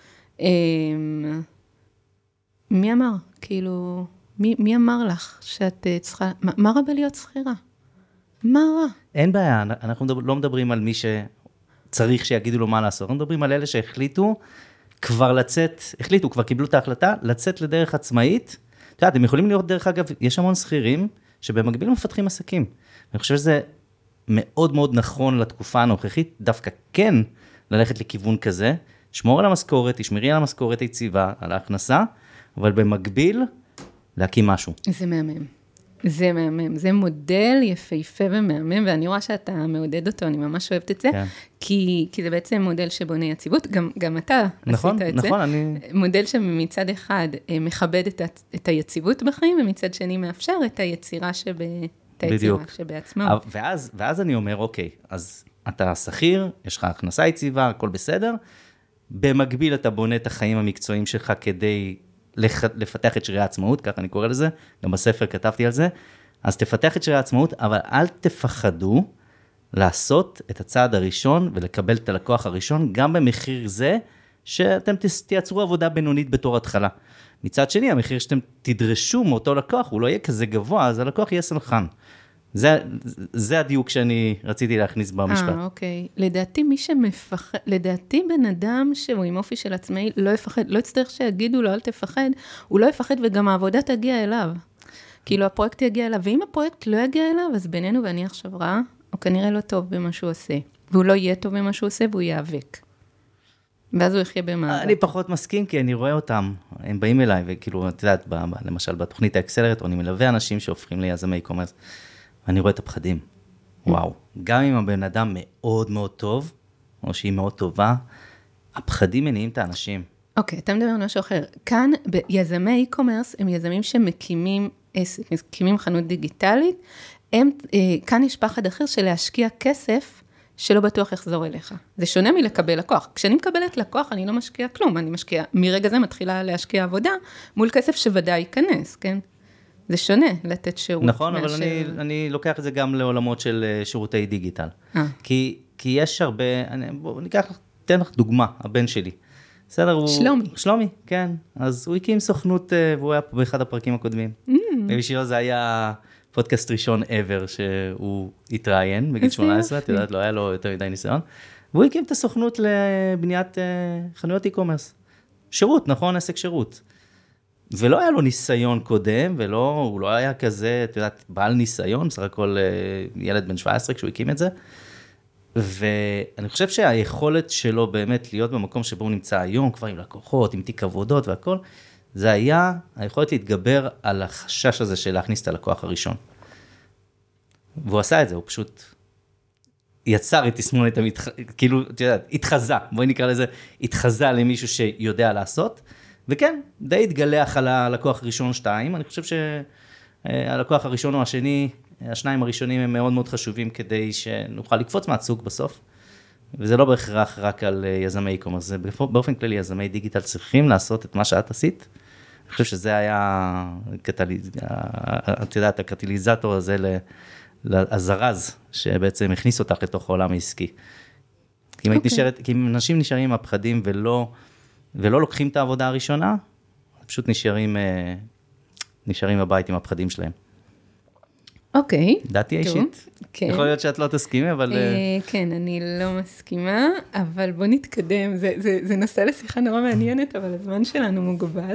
מי אמר? כאילו, מי אמר לך שאת צריכה, מה רע בלהיות שכירה? מה רע? אין בעיה, אנחנו לא מדברים על מי שצריך שיגידו לו מה לעשות, אנחנו מדברים על אלה שהחליטו כבר לצאת, כבר קיבלו את ההחלטה, לצאת לדרך עצמאית. אתה יודע, אתם יכולים לראות דרך אגב, יש המון שכירים שבמקביל מפתחים עסקים. אני חושב שזה מאוד מאוד נכון לתקופה הנוכחית, דווקא כן ללכת לכיוון כזה, שמור על המשכורת, תשמרי על המשכורת היציבה, על ההכנסה, אבל במקביל להקים משהו. זה מהמם. זה מהמם, זה מודל יפהפה ומהמם, ואני רואה שאתה מעודד אותו, אני ממש אוהבת את זה, כן. כי זה בעצם מודל שבונה יציבות, גם אתה נכון, עשית את נכון, זה. אני... מודל שמצד אחד מכבד את היציבות בחיים, ומצד שני מאפשר את היצירה שבעצמה. ואז אני אומר, אוקיי, אז אתה שכיר, יש לך הכנסה יציבה, הכל בסדר, במקביל אתה בונה את החיים המקצועיים שלך כדי לפתח את שירי העצמאות, ככה אני קורא לזה, גם בספר כתבתי על זה, אז תפתח את שירי העצמאות, אבל אל תפחדו לעשות את הצעד הראשון, ולקבל את הלקוח הראשון, גם במחיר זה, שאתם תייצרו עבודה בינונית בתור התחלה. מצד שני, המחיר שאתם תדרשו מאותו לקוח, הוא לא יהיה כזה גבוה, אז הלקוח יהיה סלחן. זה הדיוק שאני רציתי להכניס במשפט. אוקיי. לדעתי מי שמפחד, לדעתי בן אדם שהוא עם אופי של עצמאי, לא יפחד, לא יצטרך שיגידו לו, אל תפחד, הוא לא יפחד וגם העבודה תגיע אליו. כאילו הפרויקט יגיע אליו, ואם הפרויקט לא יגיע אליו, אז בינינו ואני עכשיו רע, הוא כנראה לא טוב במה שהוא עושה. והוא לא יהיה טוב במה שהוא עושה, והוא יאבק. ואז הוא יחיה במאבק. אני פחות מסכים, כי אני רואה אותם, הם באים אליי, וכאילו, את יודעת, למשל בתוכנית האקסלרטור, אני מלווה אנשים שהופכים ליזמי קומרס, ואני רואה את הפחדים. וואו. גם אם הבן אדם מאוד מאוד טוב, או שהיא מאוד טובה, הפחדים מניעים את האנשים. אוקיי, אתה מדבר על משהו אחר. כאן, ביזמי קומרס, הם יזמים שמקימים חנות דיגיטלית, כאן יש פחד אחר של להשקיע כסף, שלא בטוח יחזור אליך. זה שונה מלקבל לקוח. כשאני מקבלת לקוח, אני לא משקיע כלום, אני משקיע, מרגע זה מתחילה להשקיע עבודה, מול כסף שוודאי ייכנס, כן? זה שונה לתת שירות. נכון, אבל אני לוקח את זה גם לעולמות של שירותי דיגיטל. כי יש הרבה, בואו תן לך דוגמה, הבן שלי. בסדר, שלומי, כן. אז הוא הקים סוכנות, והוא היה פה באחד הפרקים הקודמים. ובשבילו זה היה פודקאסט ראשון ever, שהוא התראיין בגיל 18, את יודעת, לא היה לו יותר מדי ניסיון. והוא הקים את הסוכנות לבניית חנויות e-commerce. שירות, נכון? עסק שירות. ולא היה לו ניסיון קודם, הוא לא היה כזה, את יודעת, בעל ניסיון, בסך הכל ילד בן 17 כשהוא הקים את זה. ואני חושב שהיכולת שלו באמת להיות במקום שבו הוא נמצא היום, כבר עם לקוחות, עם תיק עבודות והכל, זה היה היכולת להתגבר על החשש הזה של להכניס את הלקוח הראשון. והוא עשה את זה, הוא פשוט יצר את תסמונת, כאילו, את יודעת, התחזה, בואי נקרא לזה, התחזה למישהו שיודע לעשות, וכן, די התגלח על הלקוח הראשון 2, אני חושב שהלקוח הראשון או השני, השניים הראשונים הם מאוד מאוד חשובים כדי שנוכל לקפוץ מהצוק בסוף, וזה לא בהכרח רק על יזמי e-commerce, זה באופן כללי יזמי דיגיטל צריכים לעשות את מה שאת עשית, אני חושב שזה היה, את יודעת, הקטליזטור הזה הזרז, שבעצם הכניס אותך לתוך העולם העסקי. כי אם אנשים נשארים עם הפחדים ולא לוקחים את העבודה הראשונה, פשוט נשארים בבית עם הפחדים שלהם. אוקיי. דעתי אישית. יכול להיות שאת לא תסכימי, אבל... כן, אני לא מסכימה, אבל בוא נתקדם. זה נושא לשיחה נורא מעניינת, אבל הזמן שלנו מוגבל.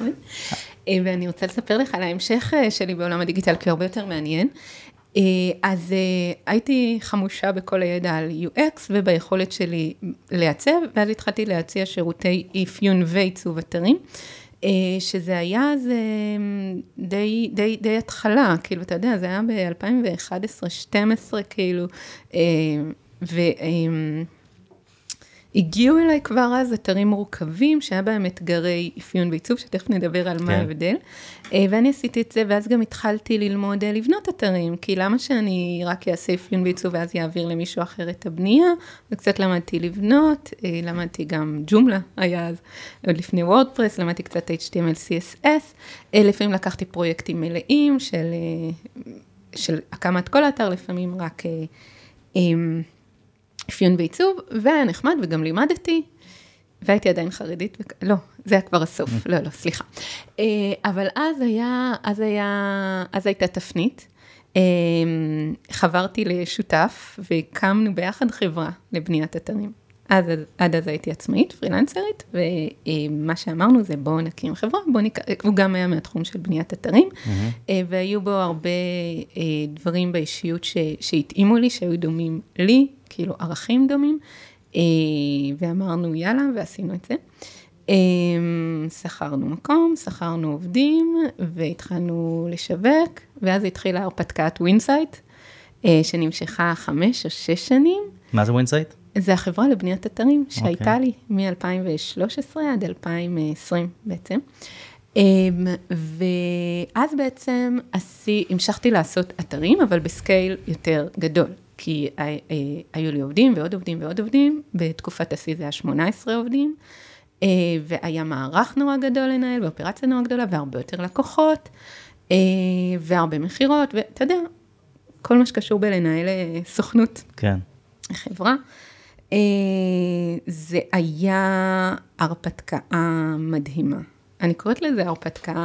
ואני רוצה לספר לך על ההמשך שלי בעולם הדיגיטל, כי הרבה יותר מעניין. אז הייתי חמושה בכל הידע על UX, וביכולת שלי לעצב, ואז התחלתי להציע שירותי אפיון ועיצוב אתרים, שזה היה די התחלה, כאילו, אתה יודע, זה היה ב-2011-2012, כאילו, הגיעו אליי כבר אז אתרים מורכבים, שהיה בהם אתגרי אפיון ועיצוב, שתכף נדבר על מה ההבדל, ואני עשיתי את זה, ואז גם התחלתי ללמוד לבנות אתרים, כי למה שאני רק אעשה אפיון ועיצוב, ואז יעביר למישהו אחר את הבנייה, וקצת למדתי לבנות, למדתי גם ג'ומלה, היה אז עוד לפני וורדפרס, למדתי קצת HTML, CSS, לפעמים לקחתי פרויקטים מלאים של של הקמת כל האתר, לפעמים רק אפיון בעיצוב, והיה נחמד וגם לימדתי, והייתי עדיין חרדית, לא, זה היה כבר הסוף, לא, סליחה. אבל אז הייתה תפנית, חברתי לשותף, והקמנו ביחד חברה לבניית אתרים. עד אז הייתי עצמאית, פרילנסרית, ומה שאמרנו זה בואו נקים חברה, הוא גם היה מהתחום של בניית אתרים, והיו בו הרבה דברים באישיות שהתאימו לי, שהיו דומים לי, כאילו ערכים דומים, ואמרנו יאללה, ועשינו את זה. שכרנו מקום, שכרנו עובדים, והתחלנו לשווק, ואז התחילה הרפתקת ווינסייט, שנמשכה 5 או 6 שנים. מה זה ווינסייט? זה החברה לבניית אתרים שהייתה לי מ-2013 עד 2020 בעצם. ואז בעצם המשכתי לעשות אתרים, אבל בסקייל יותר גדול, כי היו לי עובדים ועוד עובדים ועוד עובדים, בתקופת השיא זה היה 18 עובדים, והיה מערך נורא גדול לנהל, ואופרציה נורא גדולה, והרבה יותר לקוחות, והרבה מחירות, ואתה יודע, כל מה שקשור בלנהל סוכנות. כן. חברה. זה היה הרפתקה מדהימה. אני קוראת לזה הרפתקה.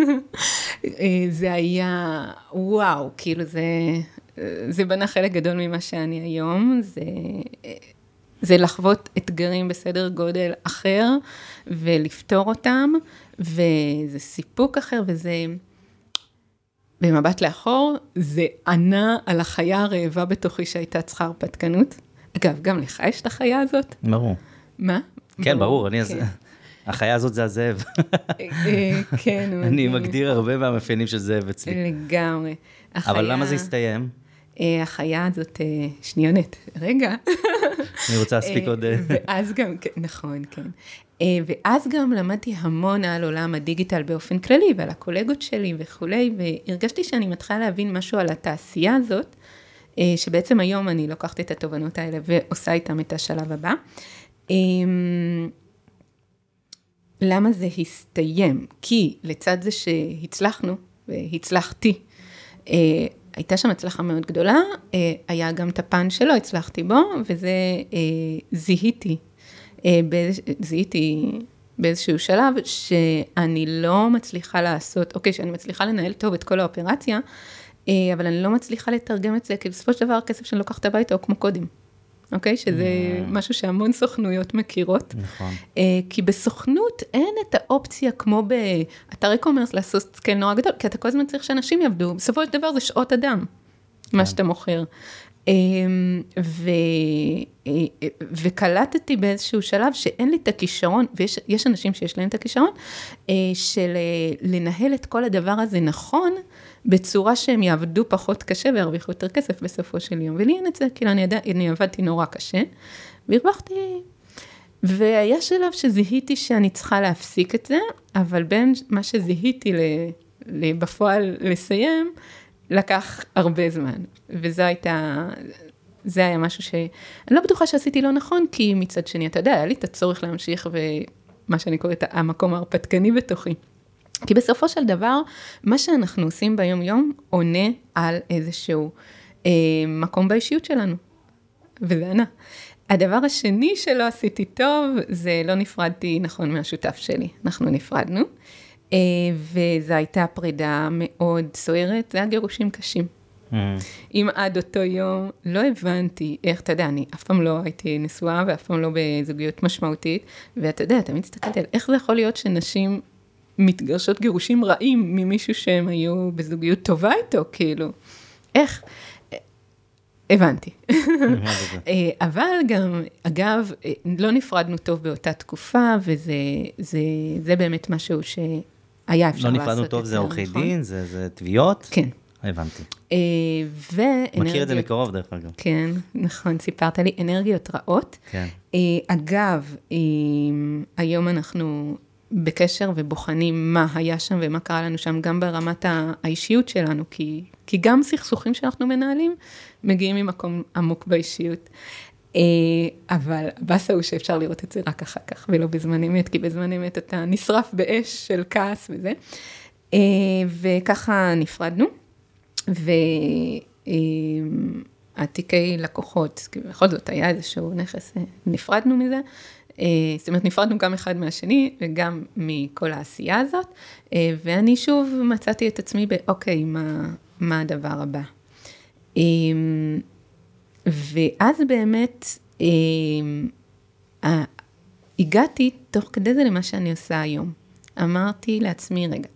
זה היה, וואו, כאילו זה בנה חלק גדול ממה שאני היום. זה לחוות אתגרים בסדר גודל אחר, ולפתור אותם, וזה סיפוק אחר, וזה במבט לאחור, זה ענה על החיה הרעבה בתוכי שהייתה צריכה הרפתקנות. אגב, גם לך יש את החיה הזאת? ברור. מה? כן, ברור. החיה הזאת זה הזאב. כן. אני מגדיר הרבה מהמאפיינים של זאב אצלי. לגמרי. אבל למה זה הסתיים? החיה הזאת שניונת. רגע. אני רוצה להספיק עוד... ואז גם, נכון, כן. ואז גם למדתי המון על עולם הדיגיטל באופן כללי, ועל הקולגות שלי וכולי, והרגשתי שאני מתחילה להבין משהו על התעשייה הזאת, שבעצם היום אני לוקחת את התובנות האלה ועושה איתם את השלב הבא. למה זה הסתיים? כי לצד זה שהצלחנו, והצלחתי, הייתה שם הצלחה מאוד גדולה, היה גם את הפן שלא הצלחתי בו, וזה זיהיתי באיזשהו שלב, שאני לא מצליחה לעשות, אוקיי, שאני מצליחה לנהל טוב את כל האופרציה, אבל אני לא מצליחה לתרגם את זה, כי בסופו של דבר הכסף שאני לוקחת הביתה הוא כמו קודים. אוקיי? שזה משהו שהמון סוכנויות מכירות. נכון. כי בסוכנות אין את האופציה כמו באתר e-commerce לעשות סקייל נורא גדול, כי אתה כל הזמן צריך שאנשים יעבדו. בסופו של דבר זה שעות אדם, מה שאתה מוכר. וקלטתי באיזשהו שלב שאין לי את הכישרון, ויש אנשים שיש להם את הכישרון, של לנהל את כל הדבר הזה נכון, בצורה שהם יעבדו פחות קשה וירוויחו יותר כסף בסופו של יום. ולי אין את זה, כאילו אני עבדתי נורא קשה, והרווחתי, והיה שלב שזיהיתי שאני צריכה להפסיק את זה, אבל בין מה שזיהיתי בפועל לסיים, לקח הרבה זמן. זה היה משהו שאני לא בטוחה שעשיתי לא נכון, כי מצד שני, אתה יודע, היה לי את הצורך להמשיך, ומה שאני קוראת המקום ההרפתקני בתוכי. כי בסופו של דבר, מה שאנחנו עושים ביום יום, עונה על איזשהו מקום באישיות שלנו. וזה ענה. הדבר השני שלא עשיתי טוב, זה לא נפרדתי נכון מהשותף שלי. אנחנו נפרדנו, וזו הייתה פרידה מאוד סוערת, זה היה גירושים קשים. אם עד אותו יום לא הבנתי איך, אתה יודע, אני אף פעם לא הייתי נשואה, ואף פעם לא בזוגיות משמעותית, ואתה יודע, תמיד הסתכלתי על איך זה יכול להיות שנשים מתגרשות גירושים רעים ממישהו שהם היו בזוגיות טובה איתו, כאילו, איך? הבנתי. אבל גם, אגב, לא נפרדנו טוב באותה תקופה, וזה באמת משהו שהיה אפשר לעשות. לא נפרדנו טוב, זה עורכי דין, זה תביעות? כן. הבנתי. ואנרגיות... מכיר את זה מקרוב דרך אגב. כן, נכון, סיפרת לי, אנרגיות רעות. כן. אגב, היום אנחנו בקשר ובוחנים מה היה שם ומה קרה לנו שם, גם ברמת האישיות שלנו, כי גם סכסוכים שאנחנו מנהלים, מגיעים ממקום עמוק באישיות. אבל הבאסה הוא שאפשר לראות את זה רק אחר כך, ולא בזמן אמת, כי בזמן אמת אתה נשרף באש של כעס וזה. וככה נפרדנו. והתיקי לקוחות, כי בכל זאת היה איזשהו נכס, נפרדנו מזה, זאת אומרת, נפרדנו גם אחד מהשני, וגם מכל העשייה הזאת, ואני שוב מצאתי את עצמי באוקיי, מה הדבר הבא. ואז באמת, הגעתי תוך כדי זה למה שאני עושה היום. אמרתי לעצמי, רגע,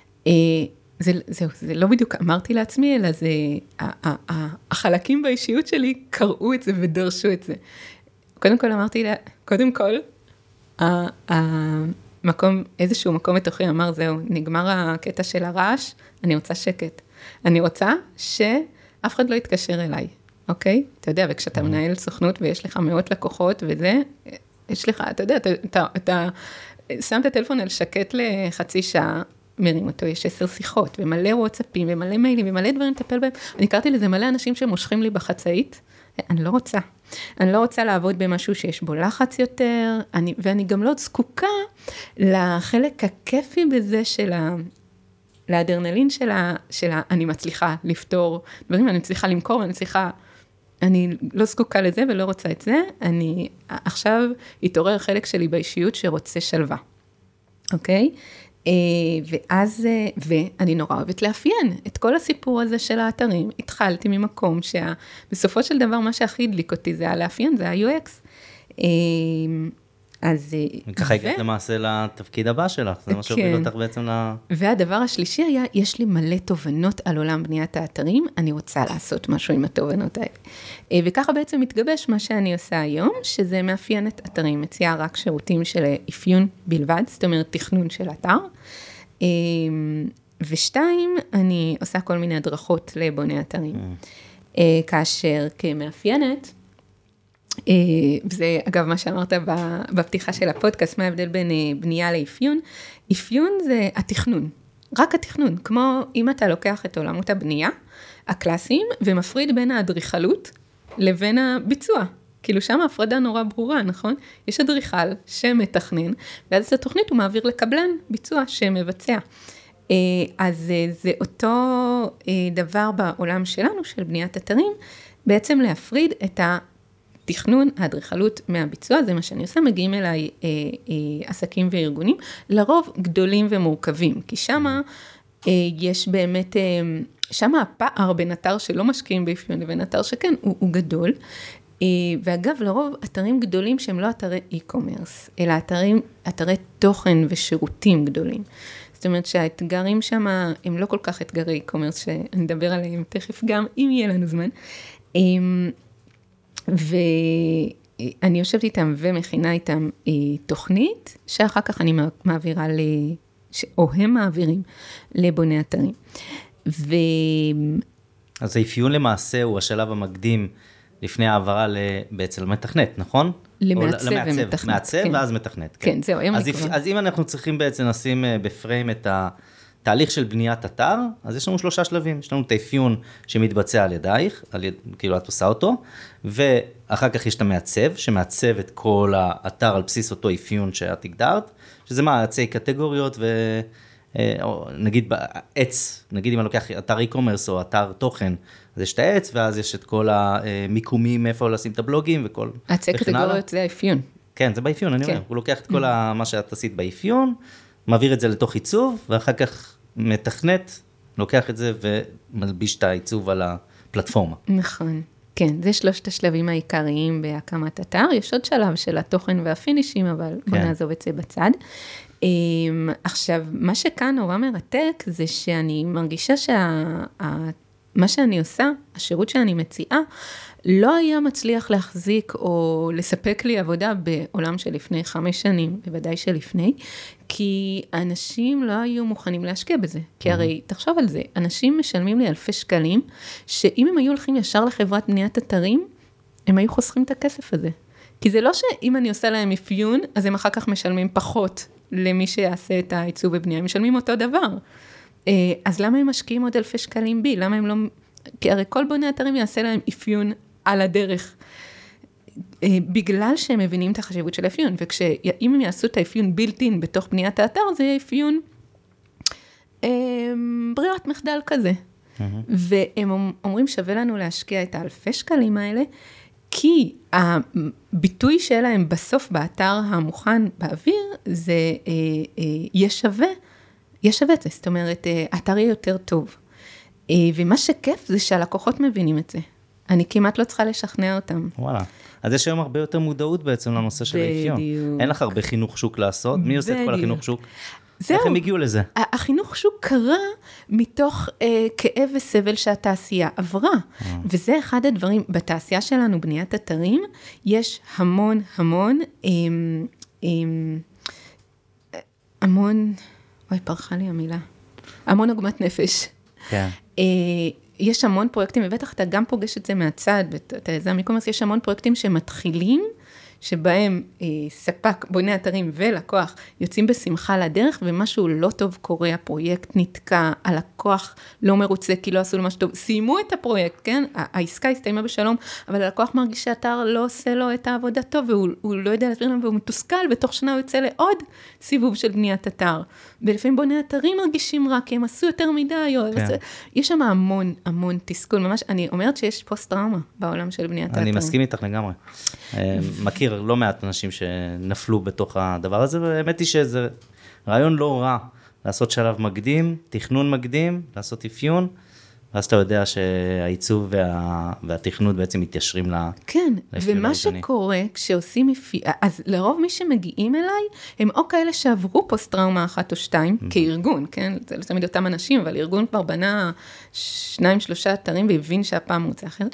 זה לא בדיוק אמרתי לעצמי, אלא זה, החלקים באישיות שלי קראו את זה ודרשו את זה. קודם כל אמרתי לה, קודם כל, איזשהו מקום בתוכי אמר, זהו, נגמר הקטע של הרעש, אני רוצה שקט. אני רוצה שאף אחד לא יתקשר אליי, אוקיי? אתה יודע, וכשאתה מנהל סוכנות ויש לך מאות לקוחות וזה, יש לך, אתה יודע, אתה שם את הטלפון על שקט לחצי שעה, מרים אותו, יש 10 שיחות, ומלא וואטסאפים, ומלא מיילים, ומלא דברים לטפל בהם. אני קראתי לזה מלא אנשים שמושכים לי בחצאית, אני לא רוצה. אני לא רוצה לעבוד במשהו שיש בו לחץ יותר, ואני גם לא זקוקה לחלק הכיפי בזה לאדרנלין שלה, אני מצליחה לפתור דברים, אני מצליחה למכור, אני לא זקוקה לזה ולא רוצה את זה, אני עכשיו התעורר חלק שלי באישיות שרוצה שלווה, אוקיי? ואז, ואני נורא אוהבת לאפיין את כל הסיפור הזה של האתרים, התחלתי ממקום שבסופו של דבר מה שהכי הדליק אותי זה הלאפיין, זה ה-UX. אז... וככה הגעת למעשה לתפקיד הבא שלך, זה מה שהוביל אותך בעצם והדבר השלישי היה, יש לי מלא תובנות על עולם בניית האתרים, אני רוצה לעשות משהו עם התובנות האלה. וככה בעצם מתגבש מה שאני עושה היום, שזה מאפיין את אתרים, מציעה רק שירותים של אפיון בלבד, זאת אומרת תכנון של אתר. ושתיים, אני עושה כל מיני הדרכות לבוני אתרים. כאשר כמאפיינת, וזה אגב מה שאמרת בפתיחה של הפודקאסט, מה ההבדל בין בנייה לאפיון? אפיון זה התכנון, רק התכנון, כמו אם אתה לוקח את עולמות הבנייה הקלאסיים, ומפריד בין האדריכלות לבין הביצוע. כאילו שם ההפרדה נורא ברורה, נכון? יש אדריכל שמתכנן, ואז את התוכנית הוא מעביר לקבלן ביצוע שמבצע. אז זה אותו דבר בעולם שלנו, של בניית אתרים, בעצם להפריד את תכנון, האדריכלות מהביצוע, זה מה שאני עושה, מגיעים אליי עסקים וארגונים, לרוב גדולים ומורכבים, כי שמה יש באמת, שמה הפער בין אתר שלא משקיעים באפיון לבין אתר שכן, הוא גדול, ואגב, לרוב אתרים גדולים שהם לא אתרי e-commerce, אלא אתרי תוכן ושירותים גדולים. זאת אומרת שהאתגרים שמה הם לא כל כך אתגרי e-commerce, שאני אדבר עליהם תכף גם, אם יהיה לנו זמן, ואני יושבת איתם ומכינה איתם תוכנית, שאחר כך אני מעבירה, או הם מעבירים לבוני אתרים. אז האפיון למעשה הוא השלב המקדים לפני העברה בעצם למתכנת, נכון? למעצב ומתכנת. מעצב ואז מתכנת. כן, זהו, היום אני כבר. אז אם אנחנו צריכים בעצם לשים בפריים את תהליך של בניית אתר, אז יש לנו 3 שלבים, יש לנו את האפיון שמתבצע על ידייך, כאילו את עושה אותו, ואחר כך יש את המעצב, שמעצב את כל האתר על בסיס אותו אפיון שאת הגדרת, שזה מעצי קטגוריות, ונגיד בעץ, נגיד אם אני לוקח אתר e-commerce או אתר תוכן, אז יש את העץ, ואז יש את כל המיקומים, איפה לשים את הבלוגים וכל... מעצי קטגוריות זה האפיון. כן, זה באפיון, אני אומר, הוא לוקח את כל מה שאת עשית באפיון, מעביר את זה לתוך עיצוב, ואחר כך מתכנת, לוקח את זה ומלביש את העיצוב על הפלטפורמה. נכון, כן, זה 3 השלבים העיקריים בהקמת אתר, יש עוד שלב של התוכן והפינישים, אבל בוא נעזוב את זה בצד. עכשיו, מה שכאן נורא מרתק, זה שאני מרגישה מה שאני עושה, השירות שאני מציעה, לא היה מצליח להחזיק או לספק לי עבודה בעולם של לפני 5 שנים, בוודאי שלפני, כי אנשים לא היו מוכנים להשקיע בזה. כי הרי, תחשוב על זה, אנשים משלמים לי אלפי שקלים, שאם הם היו הולכים ישר לחברת בניית אתרים, הם היו חוסכים את הכסף הזה. כי זה לא שאם אני עושה להם אפיון, אז הם אחר כך משלמים פחות למי שיעשה את העיצוב בבנייה, הם משלמים אותו דבר. אז למה הם משקיעים עוד אלפי שקלים בי? למה הם לא... כי הרי כל בוני אתרים יעשה להם אפיון על הדרך, בגלל שהם מבינים את החשיבות של האפיון, ואם הם יעשו את האפיון בילט-אין בתוך בניית האתר, זה יהיה אפיון ברירת מחדל כזה. והם אומרים שווה לנו להשקיע את האלפי שקלים האלה, כי הביטוי שלהם בסוף באתר המוכן באוויר, זה יש שווה את זה, זאת אומרת, האתר יהיה יותר טוב. ומה שכיף זה שהלקוחות מבינים את זה. אני כמעט לא צריכה לשכנע אותם. וואלה. אז יש היום הרבה יותר מודעות בעצם לנושא של האפיון. אין לך הרבה חינוך שוק לעשות. מי עושה את כל החינוך שוק? זהו. איך הם הגיעו לזה? החינוך שוק קרה מתוך כאב וסבל שהתעשייה עברה. וזה אחד הדברים, בתעשייה שלנו, בניית אתרים, יש המון, אוי, פרחה לי המילה. המון עוגמת נפש. כן. יש המון פרויקטים, ובטח אתה גם פוגש את זה מהצד, אתה יזם e-commerce, יש המון פרויקטים שמתחילים, שבהם ספק, בוני אתרים ולקוח יוצאים בשמחה לדרך, ומשהו לא טוב קורה, הפרויקט נתקע, הלקוח לא מרוצה, כי לא עשו לו משהו טוב, סיימו את הפרויקט, כן? העסקה הסתיימה בשלום, אבל הלקוח מרגיש שהאתר לא עושה לו את העבודה טוב, והוא לא יודע להסביר לנו, והוא מתוסכל, ותוך שנה הוא יוצא לעוד סיבוב של בניית אתר. ולפעמים בוני אתרים מרגישים רק, כי הם עשו יותר מדי, יש שם המון תסכול, ממש, אני אומרת שיש פוסט-טראומה בעולם של בניית האתרים. אני מסכים איתך לגמרי. מכיר לא מעט אנשים שנפלו בתוך הדבר הזה, והאמת היא שזה רעיון לא רע, לעשות שלב מקדים, תכנון מקדים, לעשות אפיון, ואז אתה יודע שהעיצוב והתכנות בעצם מתיישרים לאפיון. כן, ומה שקורה כשעושים אפיון, אז לרוב מי שמגיעים אליי, הם או כאלה שעברו פוסט-טראומה 1 או 2, כארגון, כן? זה לא תמיד אותם אנשים, אבל ארגון כבר בנה 2-3 אתרים, והבין שהפעם הוא רוצה אחרת.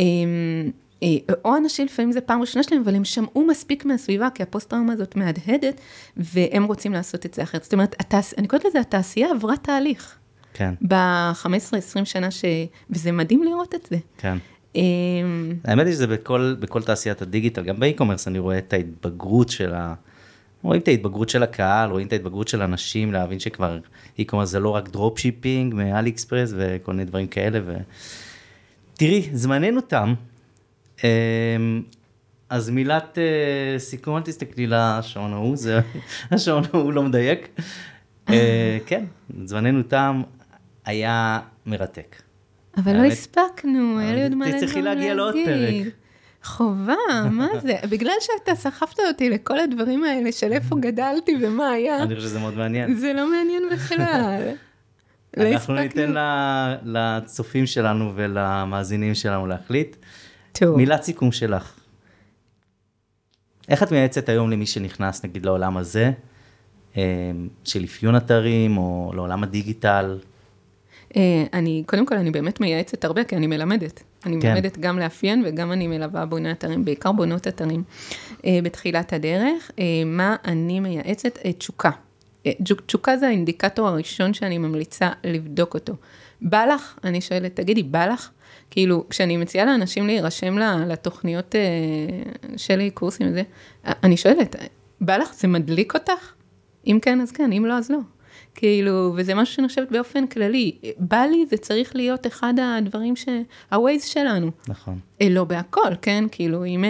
או אנשים לפעמים זה פעם ראשונה שלהם, אבל הם שמעו מספיק מהסביבה, כי הפוסט-טראומה הזאת מהדהדת, והם רוצים לעשות את זה אחרת. זאת אומרת, אני קוראת לזה, התעשייה עברה תהליך. כן. ב-15-20 שנה, וזה מדהים לראות את זה. כן. האמת היא שזה בכל תעשיית הדיגיטל, גם באי-קומרס אני רואה את ההתבגרות רואים את ההתבגרות של הקהל, רואים את ההתבגרות של אנשים, להבין שכבר אי-קומרס זה לא רק דרופ-שיפינג, מאלי אקספרס וכל מיני דברים כאלה. תראי, זמננו תם, אז מילת סיכום, אל תסתכלי לשעון ההוא, השעון ההוא לא מדייק. כן, זמננו תם היה מרתק. אבל לא הספקנו, היה לי עוד מה לדבר להגיד. תצטרכי להגיע לעוד פרק. חובה, מה זה? בגלל שאתה סחפת אותי לכל הדברים האלה של איפה גדלתי ומה היה. אני חושב שזה מאוד מעניין. זה לא מעניין בכלל. אנחנו ניתן לצופים שלנו ולמאזינים שלנו להחליט. טוב. מילת סיכום שלך. איך את מייעצת היום למי שנכנס, נגיד, לעולם הזה, של אפיון אתרים, או לעולם הדיגיטל? קודם כל, אני באמת מייעצת הרבה, כי אני מלמדת. אני מלמדת גם לאפיין, וגם אני מלווה בוני אתרים, בעיקר בונות אתרים. בתחילת הדרך, מה אני מייעצת? תשוקה. תשוקה זה האינדיקטור הראשון שאני ממליצה לבדוק אותו. בא לך? אני שואלת, תגידי, בא לך? כאילו, כשאני מציעה לאנשים להירשם לתוכניות שלי, קורסים וזה, אני שואלת, בא לך? זה מדליק אותך? אם כן, אז כן, אם לא, אז לא. כאילו, וזה משהו שאני חושבת באופן כללי, בא לי, זה צריך להיות אחד הדברים ה-Waze שלנו. נכון. לא בהכל, כן? כאילו, אם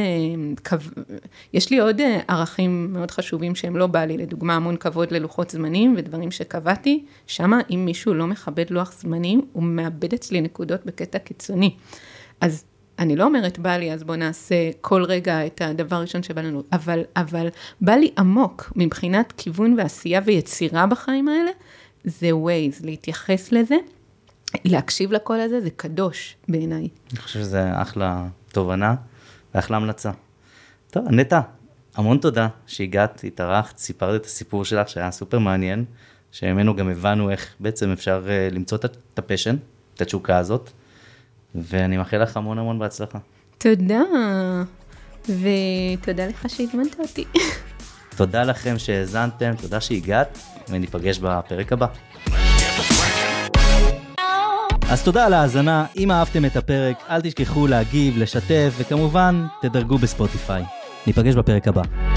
יש לי עוד ערכים מאוד חשובים שהם לא בא לי, לדוגמה, המון כבוד ללוחות זמנים ודברים שקבעתי, שמה, אם מישהו לא מכבד לוח זמנים, הוא מאבד אצלי נקודות בקטע קיצוני. אז אני לא אומרת, בא לי, אז בוא נעשה כל רגע את הדבר הראשון שבא לנו, אבל בא לי עמוק, מבחינת כיוון ועשייה ויצירה בחיים האלה, זה Waze, להתייחס לזה, להקשיב לכל הזה, זה קדוש בעיניי. אני חושב שזה אחלה תובנה, ואחלה המלצה. טוב, נטע, המון תודה שהגעת, התארחת, סיפרת את הסיפור שלך, שהיה סופר מעניין, שממנו גם הבנו איך בעצם אפשר למצוא את הפשן, את התשוקה הזאת, ואני מאחל לך המון בהצלחה. תודה, ותודה לך שהזמנת אותי. תודה לכם שהאזנתם, תודה שהגעת, וניפגש בפרק הבא. אז תודה על ההאזנה, אם אהבתם את הפרק, אל תשכחו להגיב, לשתף, וכמובן, תדרגו בספוטיפיי. ניפגש בפרק הבא.